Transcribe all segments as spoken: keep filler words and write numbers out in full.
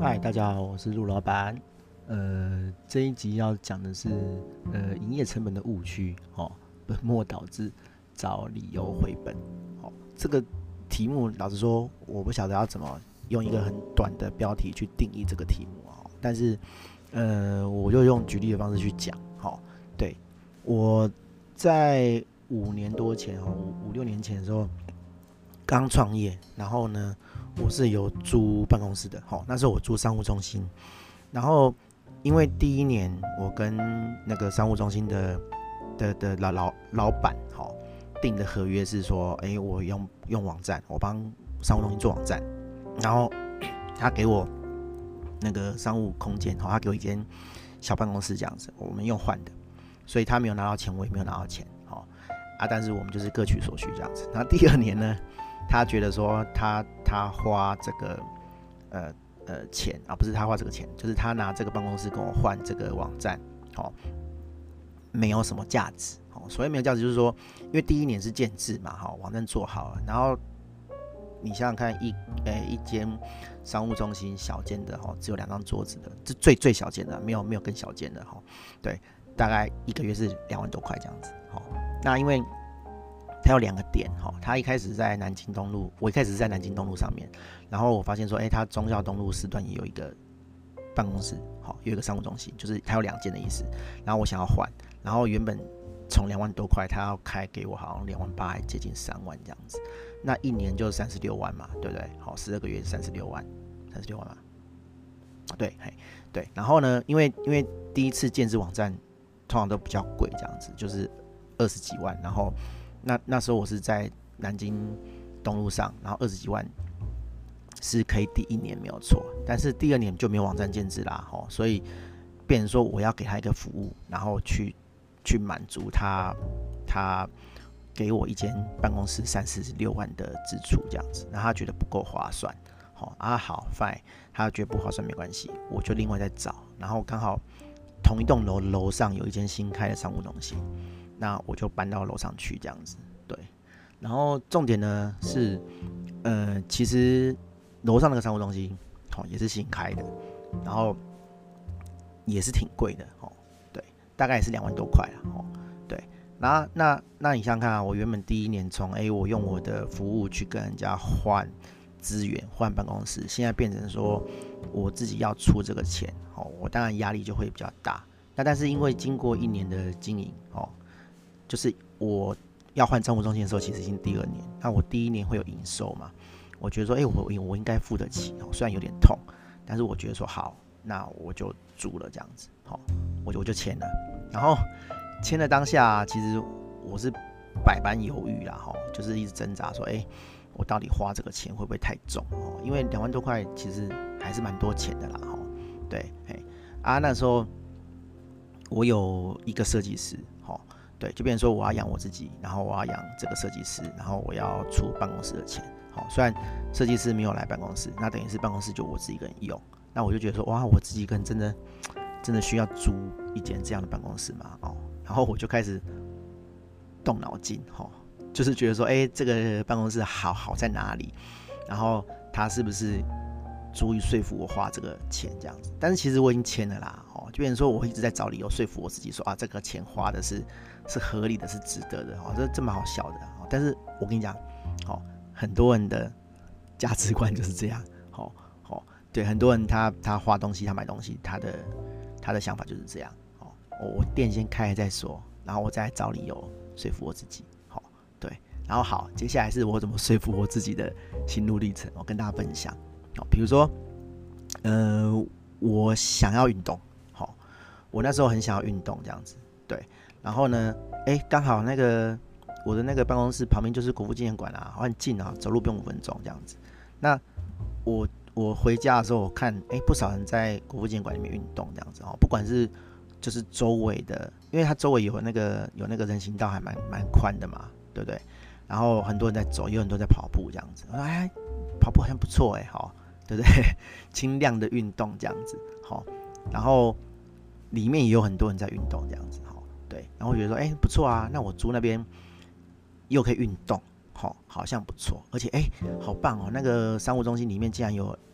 嗨，大家好，我是陆老板。呃，这一集要讲的是呃营业成本的误区，哦，本末倒置，找理由回本。哦，这个题目老实说，我不晓得要怎么用一个很短的标题去定义这个题目哦，但是呃，我就用举例的方式去讲。好、哦，对，我在五年多前哦，五五六年前的时候刚创业，然后呢，我是有租办公室的，好，那时候我租商务中心，然后因为第一年我跟那个商务中心的的的老老老板，好，定的合约是说，哎，我用用网站，我帮商务中心做网站，然后他给我那个商务空间，好，他给我一间小办公室这样子，我们用换的，所以他没有拿到钱，我也没有拿到钱，好啊，但是我们就是各取所需这样子。然后第二年呢？他觉得说他他花这个呃呃钱啊，不是他花这个钱，就是他拿这个办公室跟我换这个网站，哦，没有什么价值，哦，所谓没有价值就是说，因为第一年是建制嘛，哈、哦，网站做好了，然后你想想看一，诶一间商务中心小间的哈、哦，只有两张桌子的，这最最小间的，没有没有更小间的哈、哦，对，大概一个月是两万多块这样子，好、哦，那因为它有两个点，它一开始在南京东路，我一开始是在南京东路上面，然后我发现说，哎，它忠孝东路四段也有一个办公室，好，有一个商务中心，就是它有两间的意思。然后我想要换，然后原本从两万多块，他要开给我好像两万八，还接近三万这样子，那一年就三十六万嘛，对不对？好，十二个月三十六万，三十六万嘛，对，嘿，对。然后呢，因为因为第一次建制网站通常都比较贵，这样子就是二十几万，然后。那那时候我是在南京东路上，然后二十几万是可以第一年没有错，但是第二年就没有网站建制啦，吼，所以变成说我要给他一个服务，然后去去满足他他给我一间办公室三十六万的支出这样子，然后他觉得不够划算，好啊好 fine， 他觉得不划算没关系，我就另外再找，然后刚好同一栋楼楼上有一间新开的商务中心。那我就搬到楼上去这样子，对。然后重点呢是，呃，其实楼上那个商务中心，哦，也是新开的，然后也是挺贵的，哦，对，大概也是两万多块啦，哦，对。那那那你想想看啊，我原本第一年从哎，我用我的服务去跟人家换资源、换办公室，现在变成说我自己要出这个钱，哦，我当然压力就会比较大。那但是因为经过一年的经营，哦。就是我要换商务中心的时候，其实已经第二年。那我第一年会有营收嘛？我觉得说，哎、欸，我我应该付得起，虽然有点痛，但是我觉得说好，那我就租了这样子，好，我就我就签了。然后签了当下，其实我是百般犹豫啦，哈，就是一直挣扎说，哎、欸，我到底花这个钱会不会太重？哦，因为两万多块其实还是蛮多钱的啦，哈，对，哎，啊，那时候我有一个设计师，哈。对，就变成说我要养我自己，然后我要养这个设计师，然后我要出办公室的钱。好，虽然设计师没有来办公室，那等于是办公室就我自己一个人用。那我就觉得说，哇，我自己一个人真的真的需要租一间这样的办公室吗？哦，然后我就开始动脑筋，哈、哦，就是觉得说，哎，这个办公室好好在哪里？然后他是不是足以说服我花这个钱这样子？但是其实我已经签了啦，哦，就变成说我一直在找理由说服我自己说啊，这个钱花的是。是合理的，是值得的，哦，这这蛮好笑的，哦，但是我跟你讲，哦，很多人的价值观就是这样，哦哦，对，很多人他他花东西，他买东西，他的他的想法就是这样，哦，我店先开再说，然后我再找理由说服我自己，好，哦，对，然后好，接下来是我怎么说服我自己的心路历程，我跟大家分享，好，比如说，呃，我想要运动，好，哦，我那时候很想要运动这样子，对。然后呢，哎，刚好那个我的那个办公室旁边就是国父纪念馆啊，很近啊，走路不用五分钟这样子。那我我回家的时候，我看哎不少人在国父纪念馆里面运动这样子哦，不管是就是周围的，因为它周围有那个有那个人行道还蛮蛮宽的嘛，对不对？然后很多人在走，有很多人在跑步这样子。哎，跑步好像不错哎，好，对不对？轻量的运动这样子，好，然后里面也有很多人在运动这样子。对，然后我觉得说，哎、欸，不错啊，那我租那边又可以运动，好，好像不错，而且哎、欸，好棒哦，那个商务中心里面竟然有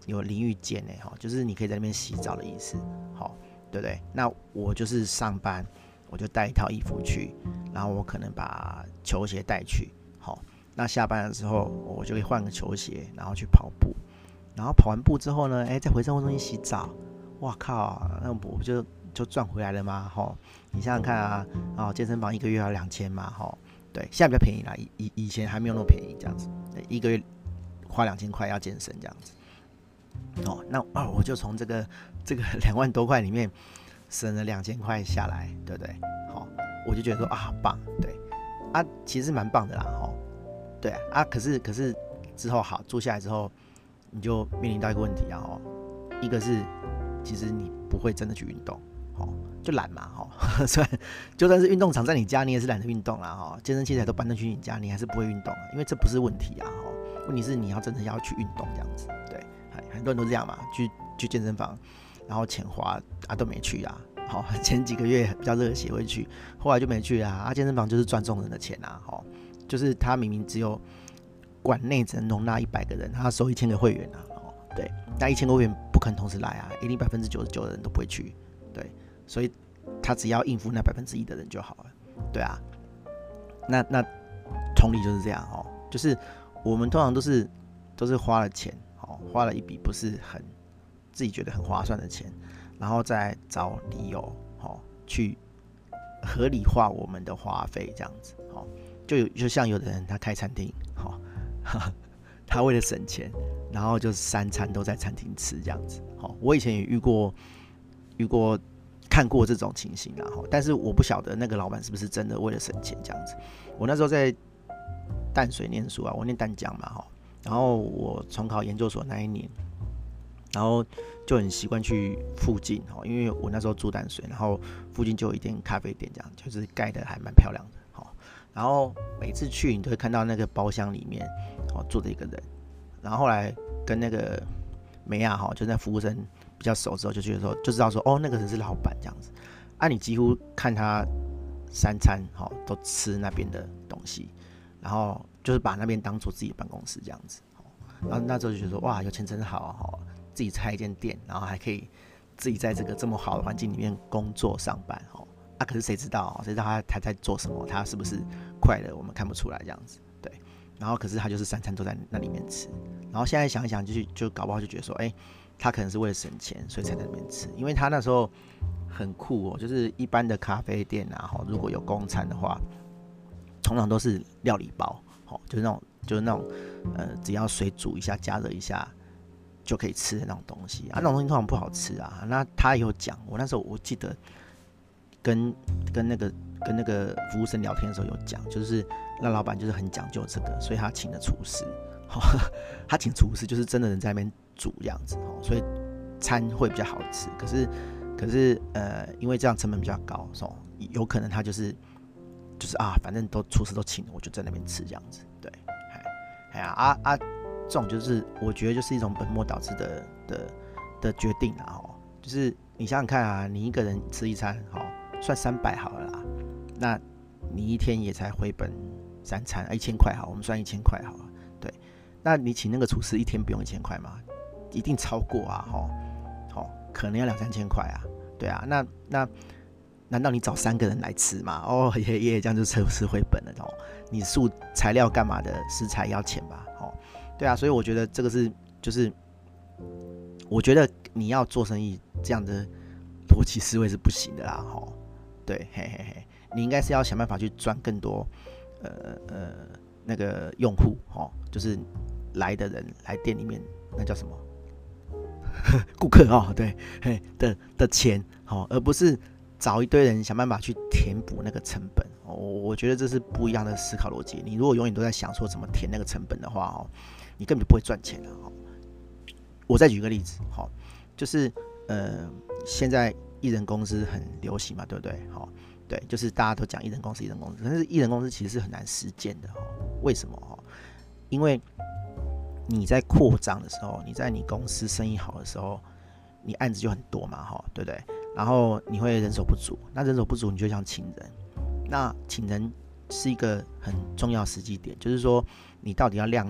有淋浴间呢，哈，就是你可以在那边洗澡的意思，好，对不对？那我就是上班，我就带一套衣服去，然后我可能把球鞋带去，好，那下班的时候我就可以换个球鞋，然后去跑步，然后跑完步之后呢，哎，再回生活中心洗澡，哇靠，那我不就就赚回来了吗？哈，你想想看啊，哦，健身房一个月要两千嘛，哈，对，现在比较便宜啦，以以前还没有那么便宜，这样子，一个月花两千块要健身这样子，哦，那哦我就从这个这个两万多块里面省了两千块下来，对不对？好，我就觉得说啊，棒，对啊，其实蛮棒的啦，哈，对啊，啊可是可是之后好住下来之后，你就面临到一个问题啊，哈，一个是其实你不会真的去运动。哦，就懒嘛，哈，虽然就算是运动场在你家，你也是懒得运动啦，哈，健身器材都搬到去你家，你还是不会运动啊，因为这不是问题啊，哈，问题是你要真的要去运动这样子，对，很多人都这样嘛，去去健身房，然后钱花啊都没去啊，好，前几个月比较热血会去，后来就没去啊，啊，健身房就是赚众人的钱啊，哈，就是他明明只有馆内只能容纳一百个人，他收一千个会员啊，哦，对，那一千个会员不可能同时来啊，一定百分之九十九的人都不会去，对。所以他只要应付那百分之一的人就好了，对啊。那那同理就是这样哦，就是我们通常都是都是花了钱，哦，花了一笔不是很自己觉得很划算的钱，然后再找理由，哦，去合理化我们的花费，这样子，哦，就有就像有的人他开餐厅，哦，他为了省钱，然后就三餐都在餐厅吃这样子，哦，我以前也遇过遇过。看过这种情形啦，但是我不晓得那个老板是不是真的为了省钱这样子。我那时候在淡水念书啊，我念淡江嘛，然后我重考研究所那一年，然后就很习惯去附近，因为我那时候住淡水，然后附近就有一间咖啡店，这样就是盖的还蛮漂亮的，然后每次去你都会看到那个包厢里面坐着一个人，然后后来跟那个梅亚哈，就那服务生比较熟之后，就觉得说，就知道说，哦，那个人是老板这样子。啊，你几乎看他三餐哈都吃那边的东西，然后就是把那边当做自己的办公室这样子。然后那时候就觉得说，哇，有钱真好哈，自己开一间店，然后还可以自己在这个这么好的环境里面工作上班哈。啊，可是谁知道，谁知道他他在做什么？他是不是快乐？我们看不出来这样子，对。然后可是他就是三餐都在那里面吃。然后现在想一想，就就搞不好就觉得说，哎、欸。他可能是为了省钱，所以才在那边吃。因为他那时候很酷哦，就是一般的咖啡店啊，如果有公餐的话，通常都是料理包，就是那种就是那种呃，只要水煮一下、加热一下就可以吃的那种东西啊。那种东西通常不好吃啊。那他有讲，我那时候我记得跟跟那个跟那个服务生聊天的时候有讲，就是那老板就是很讲究这个，所以他请了厨师。他请厨师就是真的人在那边煮这样子，所以餐会比较好吃。可是，可是呃，因为这样成本比较高，有可能他就是就是啊，反正都厨师都请了，我就在那边吃这样子。对，哎呀啊啊，这种就是我觉得就是一种本末倒置的的的决定啦，哦，就是你想想看啊，你一个人吃一餐，好算三百好了啦，那你一天也才回本三餐，一千块好，我们算一千块好了。对，那你请那个厨师一天不用一千块吗？一定超过啊，吼，吼，可能要两三千块啊，对啊，那那难道你找三个人来吃吗？哦，也也这样就吃吃回本了哦。你素材料干嘛的，食材要钱吧，哦，对啊，所以我觉得这个是就是，我觉得你要做生意这样的逻辑思维是不行的啦，吼，对，嘿嘿嘿，你应该是要想办法去赚更多，呃呃。那个用户哦，就是来的人来店里面，那叫什么？顾客哦，对，嘿的的钱哦，而不是找一堆人想办法去填补那个成本哦。我觉得这是不一样的思考逻辑。你如果永远都在想说怎么填那个成本的话哦，你根本不会赚钱的哦。我再举个例子，好，就是呃，现在艺人公司很流行嘛，对不对？好。对，就是大家都讲艺人公司，艺人公司，但是艺人公司其实是很难实践的，为什么？因为你在扩张的时候，你在你公司生意好的时候，你案子就很多嘛，对不对？然后你会人手不足，那人手不足，你就想请人，那请人是一个很重要的时机点，就是说你到底要量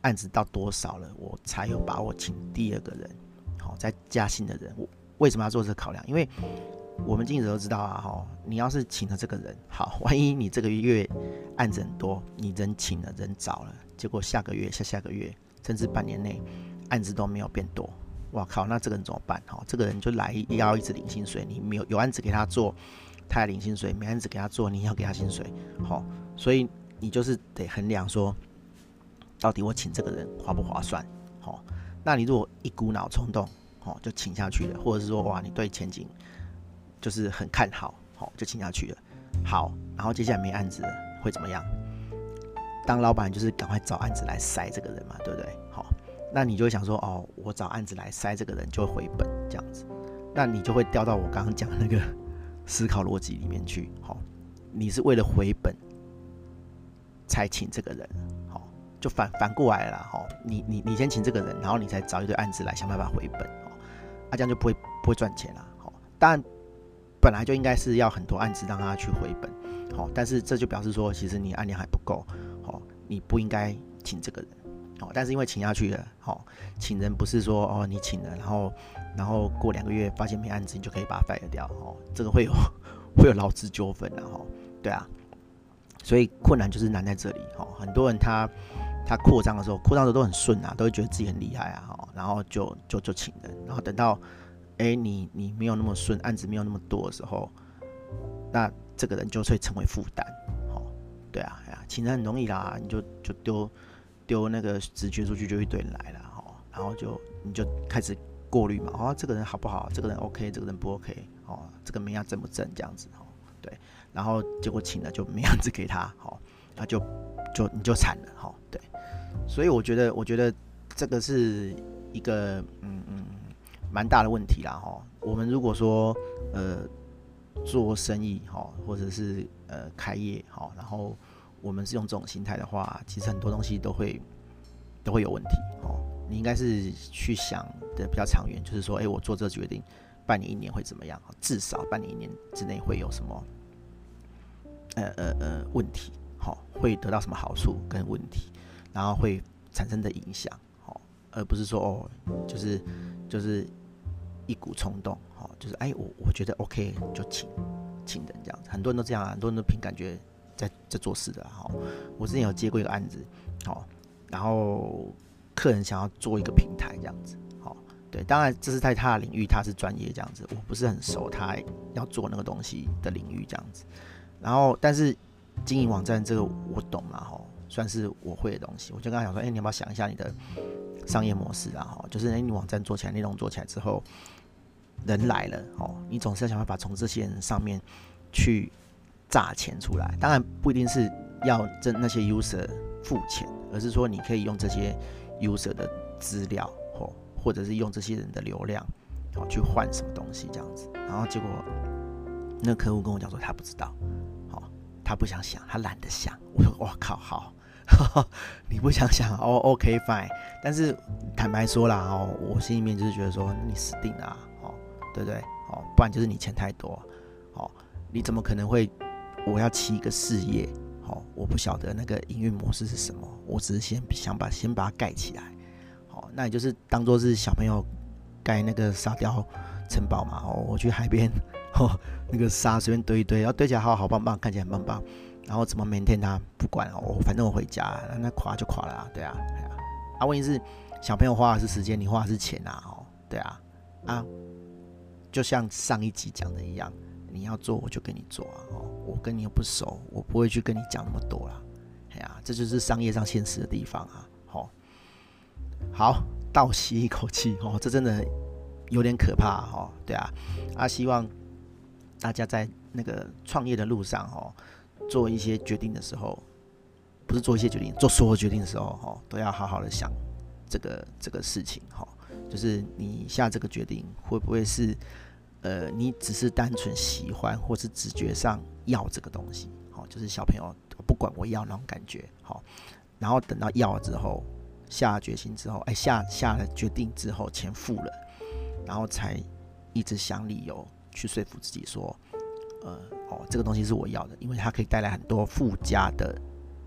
案子到多少了，我才有把握请第二个人，好，再加新的人。我为什么要做这个考量？因为我们经纪人都知道啊，哈，你要是请了这个人，好，万一你这个月案子很多，你人请了人找了，结果下个月、下下个月，甚至半年内案子都没有变多，哇靠，那这个人怎么办？哈，这个人就来要一直领薪水，你没有有案子给他做，他要领薪水；没案子给他做，你要给他薪水，好，所以你就是得衡量说，到底我请这个人划不划算？好，那你如果一股脑冲动，好就请下去了，或者是说哇，你对前景就是很看好，好就请下去了。好，然后接下来没案子了，会怎么样？当老板就是赶快找案子来塞这个人嘛，对不对？好，那你就会想说，哦，我找案子来塞这个人就会回本这样子，那你就会掉到我刚刚讲的那个思考逻辑里面去。好，你是为了回本才请这个人，好，就反反过来了啦。好，你你你先请这个人，然后你才找一堆案子来想办法回本，啊，这样就不会不会赚钱啦。好，当然。本来就应该是要很多案子让他去回本，好，但是这就表示说，其实你案量还不够，好，你不应该请这个人，好，但是因为请下去了，好，请人不是说哦你请了，然后然后过两个月发现没案子，你就可以把它 fire 掉，哦，这个会有会有劳资纠纷的，哈，对啊，所以困难就是难在这里，哈，很多人他他扩张的时候，扩张的时候都很顺啊，都会觉得自己很厉害啊，哈，然后就就就请人，然后等到哎，你你没有那么顺，案子没有那么多的时候，那这个人就会成为负担，哦，对啊，哎呀，请人很容易啦，你就就丢丢那个职缺出去，就一堆人来了，哦，然后就你就开始过滤嘛，哦，这个人好不好？这个人 OK， 这个人不 OK， 哦，这个没样正不正这样子，哦，对，然后结果请了就没样子给他，哦，那就就你就惨了，哦，对，所以我觉得我觉得这个是一个嗯嗯。蛮大的问题啦，哈。我们如果说呃做生意哈，或者是呃开业哈，然后我们是用这种心态的话，其实很多东西都会都会有问题，哦。你应该是去想的比较长远，就是说，哎，我做这个决定，半年一年会怎么样？至少半年一年之内会有什么呃呃呃问题，好，会得到什么好处跟问题，然后会产生的影响，好，而不是说哦，就是就是。一股冲动，哦，就是哎，我我觉得 OK 就请请人这样子，很多人都这样，很多人都凭感觉在在做事的，哈。我之前有接过一个案子，好，然后客人想要做一个平台这样子，好，对，当然这是在他的领域，他是专业这样子，我不是很熟他要做那个东西的领域这样子，然后但是经营网站这个我懂嘛，哈，算是我会的东西，我就跟他讲说，哎，你要不要想一下你的商业模式啊，哈，就是你网站做起来，内容做起来之后。人来了，哦，你总是要想办法从这些人上面去榨钱出来。当然不一定是要挣那些 user 付钱，而是说你可以用这些 user 的资料，哦，或者是用这些人的流量，哦，去换什么东西这样子。然后结果那个客户跟我讲说他不知道，哦，他不想想，他懒得想。我说哇靠，好，你不想想哦 ，OK fine。但是坦白说啦，哦，我心里面就是觉得说你死定了，啊。对不对？哦，不然就是你钱太多，哦，你怎么可能会？我要起一个事业，哦，我不晓得那个营运模式是什么，我只是先想把先把它盖起来，哦，那你就是当做是小朋友盖那个沙雕城堡嘛，哦，我去海边，哦，那个沙随便堆一堆，然后堆起来好好棒棒，看起来很棒棒，然后怎么 maintain 它不管哦，反正我回家，那垮就垮了，啊，对啊，对啊，啊，问题是小朋友花的是时间，你花的是钱啊，哦，对啊，啊。就像上一集讲的一样，你要做我就跟你做啊，哦，我跟你又不熟，我不会去跟你讲那么多啦，哎呀，这就是商业上现实的地方啊，好，好，倒吸一口气，哦，这真的有点可怕，哦，对啊，啊，希望大家在那个创业的路上，哦，做一些决定的时候，不是做一些决定，做所有决定的时候，哦，都要好好的想这个这个事情，哦，就是你下这个决定会不会是，呃，你只是单纯喜欢或是直觉上要这个东西，好，就是小朋友不管我要那种感觉，好，然后等到要了之后，下了决心之后，哎，下下了决定之后，钱付了，然后才一直想理由去说服自己说，呃，哦，这个东西是我要的，因为它可以带来很多附加的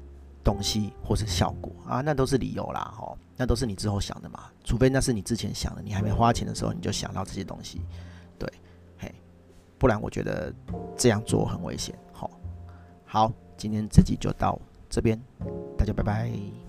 东西或是效果啊，那都是理由啦，吼，那都是你之后想的嘛，除非那是你之前想的，你还没花钱的时候你就想到这些东西，对，嘿，不然我觉得这样做很危险，吼。好，今天这集就到这边，大家拜拜。